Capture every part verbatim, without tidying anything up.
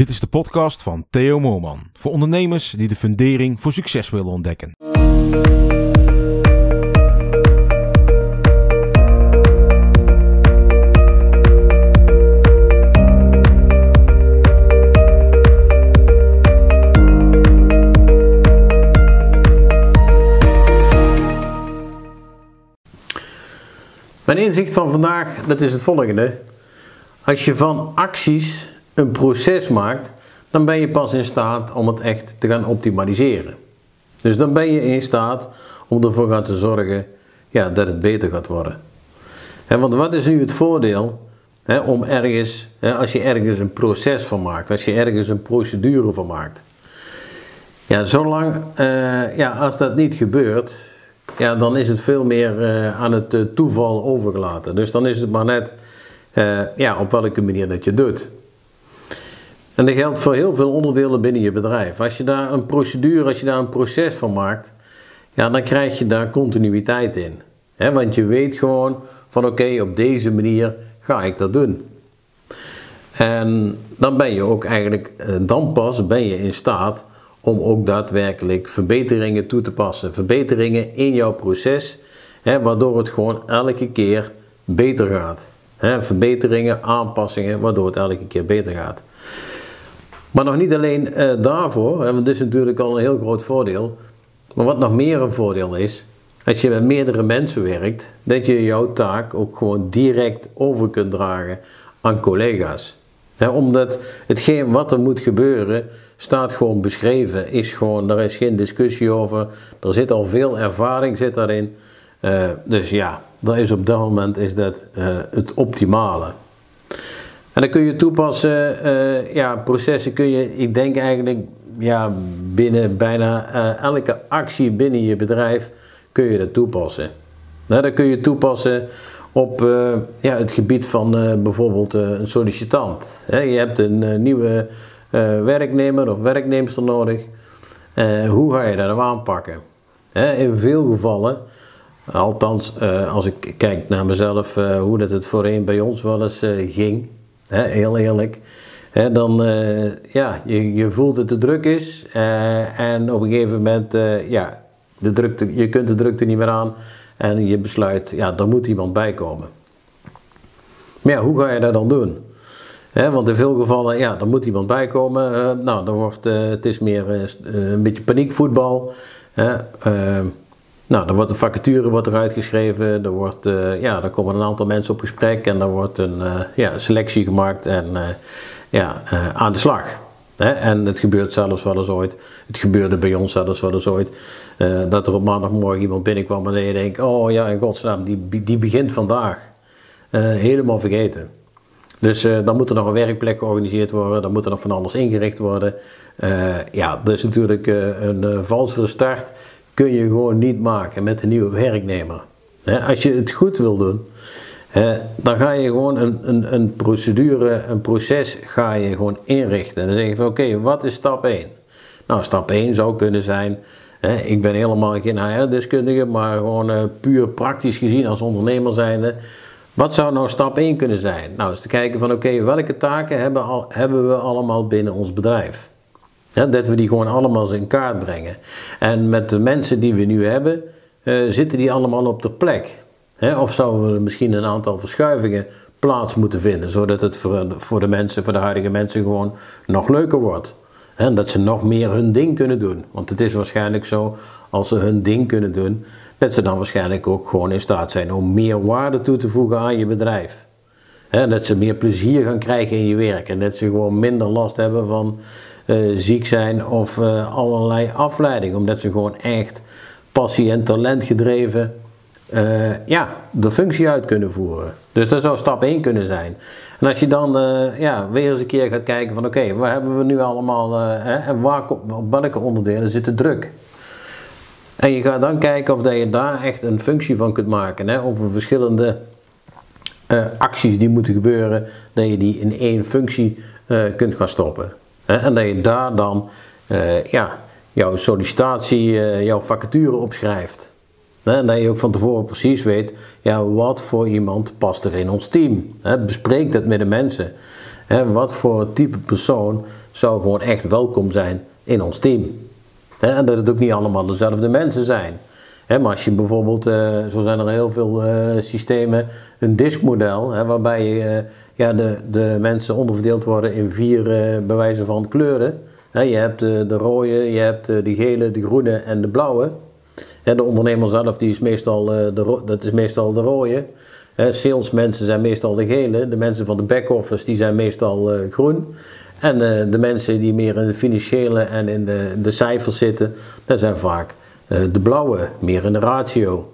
Dit is de podcast van Theo Moorman, voor ondernemers die de fundering voor succes willen ontdekken. Mijn inzicht van vandaag, dat is het volgende. Als je van acties een proces maakt, dan ben je pas in staat om het echt te gaan optimaliseren. Dus dan ben je in staat om ervoor gaan te zorgen ja, dat het beter gaat worden. He, want wat is nu het voordeel he, om ergens, he, als je ergens een proces van maakt, als je ergens een procedure van maakt. Ja, zolang uh, ja, als dat niet gebeurt, ja, dan is het veel meer uh, aan het uh, toeval overgelaten. Dus dan is het maar net uh, ja, op welke manier dat je het doet. En dat geldt voor heel veel onderdelen binnen je bedrijf. Als je daar een procedure, als je daar een proces van maakt, ja, dan krijg je daar continuïteit in. He, want je weet gewoon van oké, okay, op deze manier ga ik dat doen. En dan ben je ook eigenlijk, dan pas ben je in staat om ook daadwerkelijk verbeteringen toe te passen. Verbeteringen in jouw proces, he, waardoor het gewoon elke keer beter gaat. He, verbeteringen, aanpassingen, waardoor het elke keer beter gaat. Maar nog niet alleen uh, daarvoor, hè, want dit is natuurlijk al een heel groot voordeel. Maar wat nog meer een voordeel is, als je met meerdere mensen werkt, dat je jouw taak ook gewoon direct over kunt dragen aan collega's. Hè, omdat hetgeen wat er moet gebeuren, staat gewoon beschreven, is gewoon, daar is geen discussie over. Er zit al veel ervaring zit daarin. Uh, dus ja, dat is op dat moment is dat uh, het optimale. En dan kun je toepassen, uh, ja, processen kun je, ik denk eigenlijk, ja, binnen bijna uh, elke actie binnen je bedrijf kun je dat toepassen. Nou, dat kun je toepassen op uh, ja, het gebied van uh, bijvoorbeeld uh, een sollicitant. He, je hebt een uh, nieuwe uh, werknemer of werknemster nodig. Uh, hoe ga je dat nou aanpakken? He, in veel gevallen, althans uh, als ik kijk naar mezelf, uh, hoe dat het voorheen bij ons wel eens uh, ging. He, heel eerlijk, He, dan uh, ja, je, je voelt dat het te druk is uh, en op een gegeven moment, uh, ja, de drukte, je kunt de drukte niet meer aan en je besluit, ja, er moet iemand bij komen. Maar ja, hoe ga je dat dan doen? He, want in veel gevallen, ja, er moet iemand bij komen, uh, nou, dan wordt, uh, het is meer uh, een beetje paniekvoetbal. He, uh, Nou, dan wordt een vacature wordt eruit geschreven, er, wordt, uh, ja, er komen een aantal mensen op gesprek en er wordt een uh, ja, selectie gemaakt en uh, ja, uh, aan de slag. Hè? En het gebeurt zelfs wel eens ooit, het gebeurde bij ons zelfs wel eens ooit, uh, dat er op maandagmorgen iemand binnenkwam en je denkt, oh ja, in godsnaam, die, die begint vandaag. Uh, helemaal vergeten. Dus uh, dan moet er nog een werkplek georganiseerd worden, dan moet er nog van alles ingericht worden. Uh, ja, dat is natuurlijk uh, een uh, valsere start. Kun je gewoon niet maken met een nieuwe werknemer. He, als je het goed wil doen, he, dan ga je gewoon een, een, een procedure, een proces ga je gewoon inrichten. En dan zeg je van oké, okay, wat is stap één? Nou, stap één zou kunnen zijn, he, ik ben helemaal geen H R-deskundige, maar gewoon uh, puur praktisch gezien als ondernemer zijnde. Wat zou nou stap één kunnen zijn? Nou, is te kijken van oké, okay, welke taken hebben, al, hebben we allemaal binnen ons bedrijf? Ja, dat we die gewoon allemaal eens in kaart brengen. En met de mensen die we nu hebben, uh, zitten die allemaal op de plek. He, of zouden we misschien een aantal verschuivingen plaats moeten vinden, zodat het voor, voor de mensen, voor de huidige mensen gewoon nog leuker wordt. He, dat ze nog meer hun ding kunnen doen. Want het is waarschijnlijk zo, als ze hun ding kunnen doen, dat ze dan waarschijnlijk ook gewoon in staat zijn om meer waarde toe te voegen aan je bedrijf. He, dat ze meer plezier gaan krijgen in je werk en dat ze gewoon minder last hebben van Uh, ziek zijn of uh, allerlei afleiding, omdat ze gewoon echt passie en talent gedreven uh, ja, de functie uit kunnen voeren. Dus dat zou stap één kunnen zijn. En als je dan uh, ja, weer eens een keer gaat kijken van oké, okay, waar hebben we nu allemaal uh, hè, en waar, op welke onderdelen zit de druk? En je gaat dan kijken of dat je daar echt een functie van kunt maken, hè, over verschillende uh, acties die moeten gebeuren, dat je die in één functie uh, kunt gaan stoppen. En dat je daar dan uh, ja, jouw sollicitatie, uh, jouw vacature opschrijft. En dat je ook van tevoren precies weet, ja, wat voor iemand past er in ons team. Bespreek dat met de mensen. Hè, wat voor type persoon zou gewoon echt welkom zijn in ons team. Hè, en dat het ook niet allemaal dezelfde mensen zijn. Hè, maar als je bijvoorbeeld, uh, zo zijn er heel veel uh, systemen, een diskmodel, hè, waarbij uh, ja, de, de mensen onderverdeeld worden in vier uh, bewijzen van kleuren. Hè, je hebt uh, de rode, je hebt uh, de gele, de groene en de blauwe. Hè, de ondernemer zelf die is meestal, uh, de, dat is meestal de rode. Hè, salesmensen zijn meestal de gele, de mensen van de back-office die zijn meestal uh, groen. En uh, de mensen die meer in de financiële en in de, de cijfers zitten, dat zijn vaak uh, de blauwe, meer in de ratio.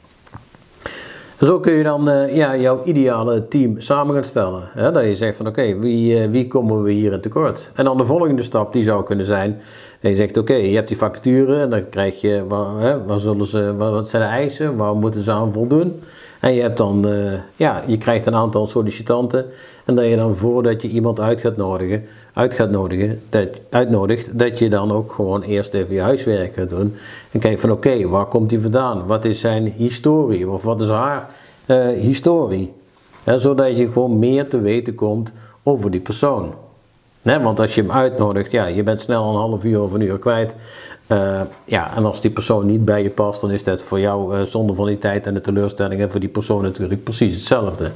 Zo kun je dan uh, ja, jouw ideale team samen gaan stellen. Hè? Dat je zegt van oké, okay, wie, uh, wie komen we hier in tekort? En dan de volgende stap die zou kunnen zijn, dat je zegt oké, okay, je hebt die vacature en dan krijg je, waar, hè, waar zullen ze, wat zijn de eisen, waar moeten ze aan voldoen? En je hebt dan, uh, ja, je krijgt een aantal sollicitanten en dat je dan voordat je iemand uit gaat nodigen, uit gaat nodigen, dat, uitnodigt, dat je dan ook gewoon eerst even je huiswerk gaat doen. En kijkt van oké, okay, waar komt hij vandaan? Wat is zijn historie? Of wat is haar uh, historie? He, zodat je gewoon meer te weten komt over die persoon. Nee, want als je hem uitnodigt, ja, je bent snel een half uur of een uur kwijt. Uh, ja, en als die persoon niet bij je past, dan is dat voor jou uh, zonde van die tijd en de teleurstelling. En voor die persoon natuurlijk precies hetzelfde.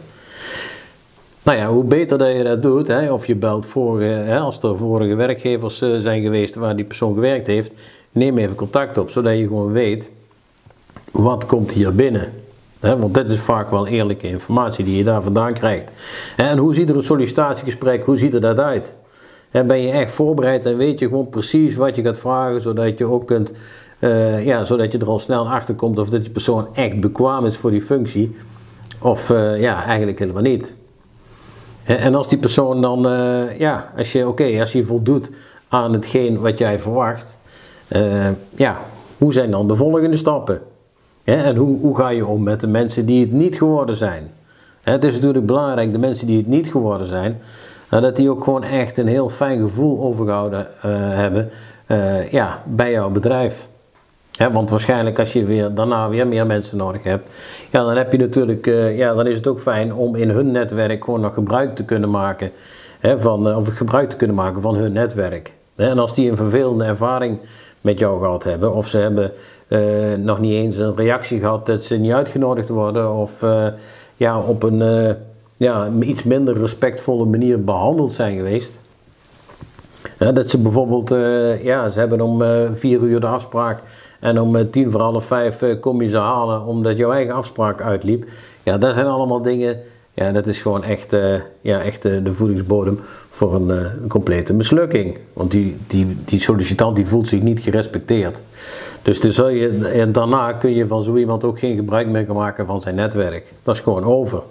Nou ja, hoe beter dat je dat doet, hè, of je belt vorige, hè, als er vorige werkgevers uh, zijn geweest waar die persoon gewerkt heeft, neem even contact op, zodat je gewoon weet, wat komt hier binnen? Hè, want dit is vaak wel eerlijke informatie die je daar vandaan krijgt. En hoe ziet er een sollicitatiegesprek, hoe ziet er dat uit? En ben je echt voorbereid en weet je gewoon precies wat je gaat vragen, zodat je ook kunt, uh, ja, zodat je er al snel achter komt of dat die persoon echt bekwaam is voor die functie, of uh, ja, eigenlijk helemaal niet. En als die persoon dan, uh, ja, als je, oké, okay, als je voldoet aan hetgeen wat jij verwacht, uh, ja, hoe zijn dan de volgende stappen? Ja, en hoe, hoe ga je om met de mensen die het niet geworden zijn? Ja, het is natuurlijk belangrijk, de mensen die het niet geworden zijn, uh, dat die ook gewoon echt een heel fijn gevoel overgehouden uh, hebben uh, ja, bij jouw bedrijf. Ja, want waarschijnlijk als je weer, daarna weer meer mensen nodig hebt, ja, dan heb je natuurlijk, uh, ja, dan is het ook fijn om in hun netwerk gewoon nog gebruik te kunnen maken, hè, van, uh, of gebruik te kunnen maken van hun netwerk. Hè, en als die een vervelende ervaring met jou gehad hebben, of ze hebben uh, nog niet eens een reactie gehad dat ze niet uitgenodigd worden, of uh, ja, op een uh, ja, iets minder respectvolle manier behandeld zijn geweest. Ja, dat ze bijvoorbeeld, uh, ja, ze hebben om uh, vier uur de afspraak en om uh, tien voor half vijf uh, kom je ze halen omdat jouw eigen afspraak uitliep. Ja, dat zijn allemaal dingen, ja, dat is gewoon echt, uh, ja, echt uh, de voedingsbodem voor een, uh, een complete mislukking. Want die, die, die sollicitant die voelt zich niet gerespecteerd. Dus, dus je, en daarna kun je van zo iemand ook geen gebruik meer maken van zijn netwerk. Dat is gewoon over.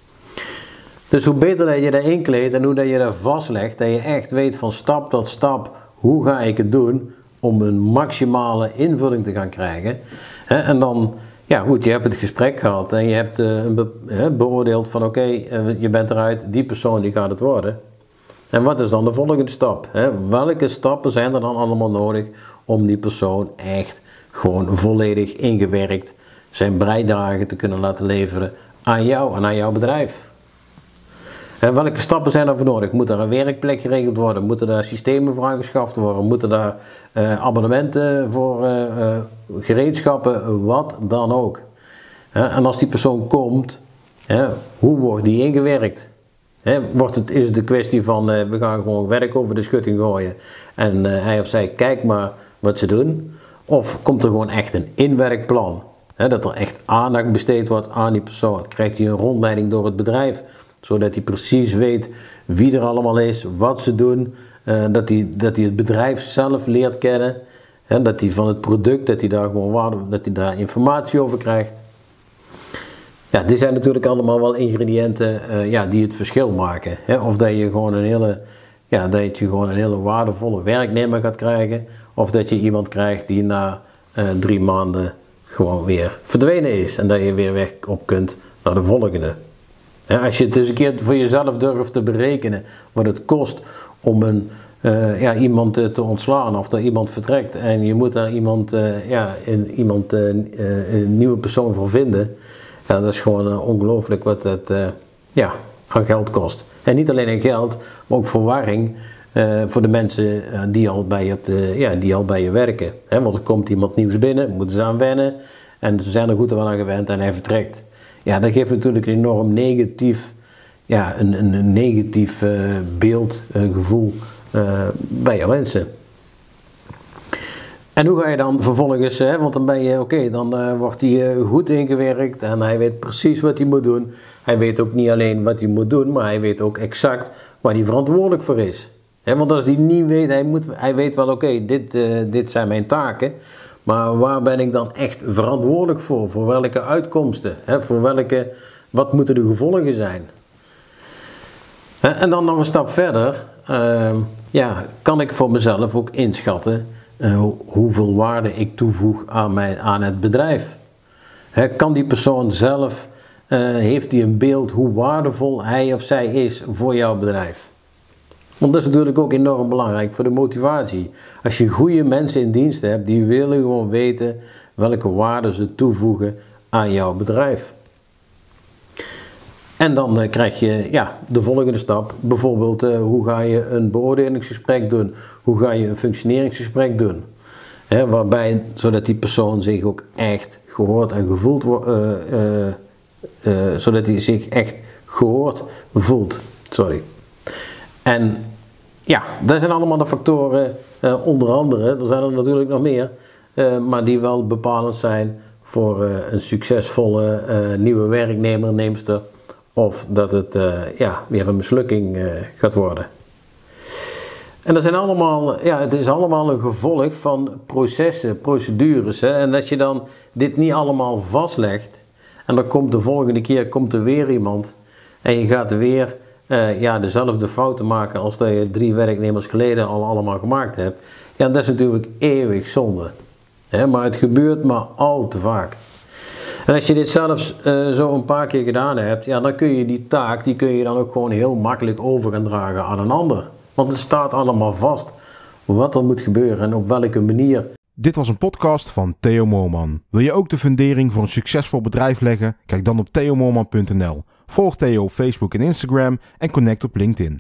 Dus hoe beter dat je dat inkleedt en hoe dat je dat vastlegt, dat je echt weet van stap tot stap, hoe ga ik het doen om een maximale invulling te gaan krijgen. En dan, ja goed, je hebt het gesprek gehad en je hebt een be beoordeeld van oké, okay, je bent eruit, die persoon die gaat het worden. En wat is dan de volgende stap? Welke stappen zijn er dan allemaal nodig om die persoon echt gewoon volledig ingewerkt zijn bijdrage te kunnen laten leveren aan jou en aan jouw bedrijf? En welke stappen zijn er voor nodig? Moet er een werkplek geregeld worden? Moeten daar systemen voor aangeschaft worden? Moeten daar uh, abonnementen voor uh, uh, gereedschappen? Wat dan ook. Uh, en als die persoon komt, uh, hoe wordt die ingewerkt? Uh, wordt het, is het een kwestie van uh, we gaan gewoon werk over de schutting gooien en uh, hij of zij kijkt maar wat ze doen? Of komt er gewoon echt een inwerkplan? Uh, dat er echt aandacht besteed wordt aan die persoon? Krijgt hij een rondleiding door het bedrijf? Zodat hij precies weet wie er allemaal is, wat ze doen, uh, dat, hij, dat hij het bedrijf zelf leert kennen, hè, dat hij van het product, dat hij daar gewoon waarde, dat hij daar informatie over krijgt. Ja, die zijn natuurlijk allemaal wel ingrediënten uh, ja, die het verschil maken. Hè. Of dat je gewoon een hele, ja, dat je gewoon een hele waardevolle werknemer gaat krijgen, of dat je iemand krijgt die na uh, drie maanden gewoon weer verdwenen is en dat je weer weg op kunt naar de volgende. Ja, als je het eens een keer voor jezelf durft te berekenen wat het kost om een, uh, ja, iemand uh, te ontslaan of dat iemand vertrekt en je moet daar iemand, uh, ja, een, iemand uh, uh, een nieuwe persoon voor vinden, ja, dat is gewoon uh, ongelooflijk wat het uh, ja, aan geld kost. En niet alleen in geld, maar ook verwarring uh, voor de mensen uh, die, al bij je op de, ja, die al bij je werken. He, want er komt iemand nieuws binnen, moeten ze aan wennen en ze zijn er goed aan gewend en hij vertrekt. Ja, dat geeft natuurlijk een enorm negatief, ja, een, een, een negatief uh, beeld, uh, gevoel uh, bij jouw mensen. En hoe ga je dan vervolgens, hè, want dan ben je, oké, okay, dan uh, wordt hij uh, goed ingewerkt en hij weet precies wat hij moet doen. Hij weet ook niet alleen wat hij moet doen, maar hij weet ook exact waar hij verantwoordelijk voor is. Hè, want als hij niet weet, hij, moet, hij weet wel, oké, okay, dit, uh, dit zijn mijn taken, maar waar ben ik dan echt verantwoordelijk voor? Voor welke uitkomsten? Hè, voor welke, wat moeten de gevolgen zijn? Hè, en dan nog een stap verder, uh, ja, kan ik voor mezelf ook inschatten Uh, hoeveel waarde ik toevoeg aan, mijn, aan het bedrijf. He, kan die persoon zelf, uh, heeft hij een beeld hoe waardevol hij of zij is voor jouw bedrijf? Want dat is natuurlijk ook enorm belangrijk voor de motivatie. Als je goede mensen in dienst hebt, die willen gewoon weten welke waarde ze toevoegen aan jouw bedrijf. En dan uh, krijg je ja, de volgende stap, bijvoorbeeld uh, hoe ga je een beoordelingsgesprek doen, hoe ga je een functioneringsgesprek doen. He, waarbij, zodat die persoon zich ook echt gehoord en gevoeld wordt, uh, uh, uh, zodat hij zich echt gehoord voelt. Sorry. En ja, dat zijn allemaal de factoren, uh, onder andere, er zijn er natuurlijk nog meer, uh, maar die wel bepalend zijn voor uh, een succesvolle uh, nieuwe werknemer, neemster. Of dat het uh, ja, weer een mislukking uh, gaat worden. En dat zijn allemaal, ja, het is allemaal een gevolg van processen, procedures. Hè? En als je dan dit niet allemaal vastlegt, en dan komt de volgende keer komt er weer iemand, en je gaat weer uh, ja, dezelfde fouten maken als dat je drie werknemers geleden al allemaal gemaakt hebt. Ja, dat is natuurlijk eeuwig zonde. Hè? Maar het gebeurt maar al te vaak. En als je dit zelfs uh, zo een paar keer gedaan hebt, ja, dan kun je die taak, die kun je dan ook gewoon heel makkelijk over gaan dragen aan een ander. Want het staat allemaal vast wat er moet gebeuren en op welke manier. Dit was een podcast van Theo Moorman. Wil je ook de fundering voor een succesvol bedrijf leggen? Kijk dan op theo moorman punt n l. Volg Theo op Facebook en Instagram en connect op LinkedIn.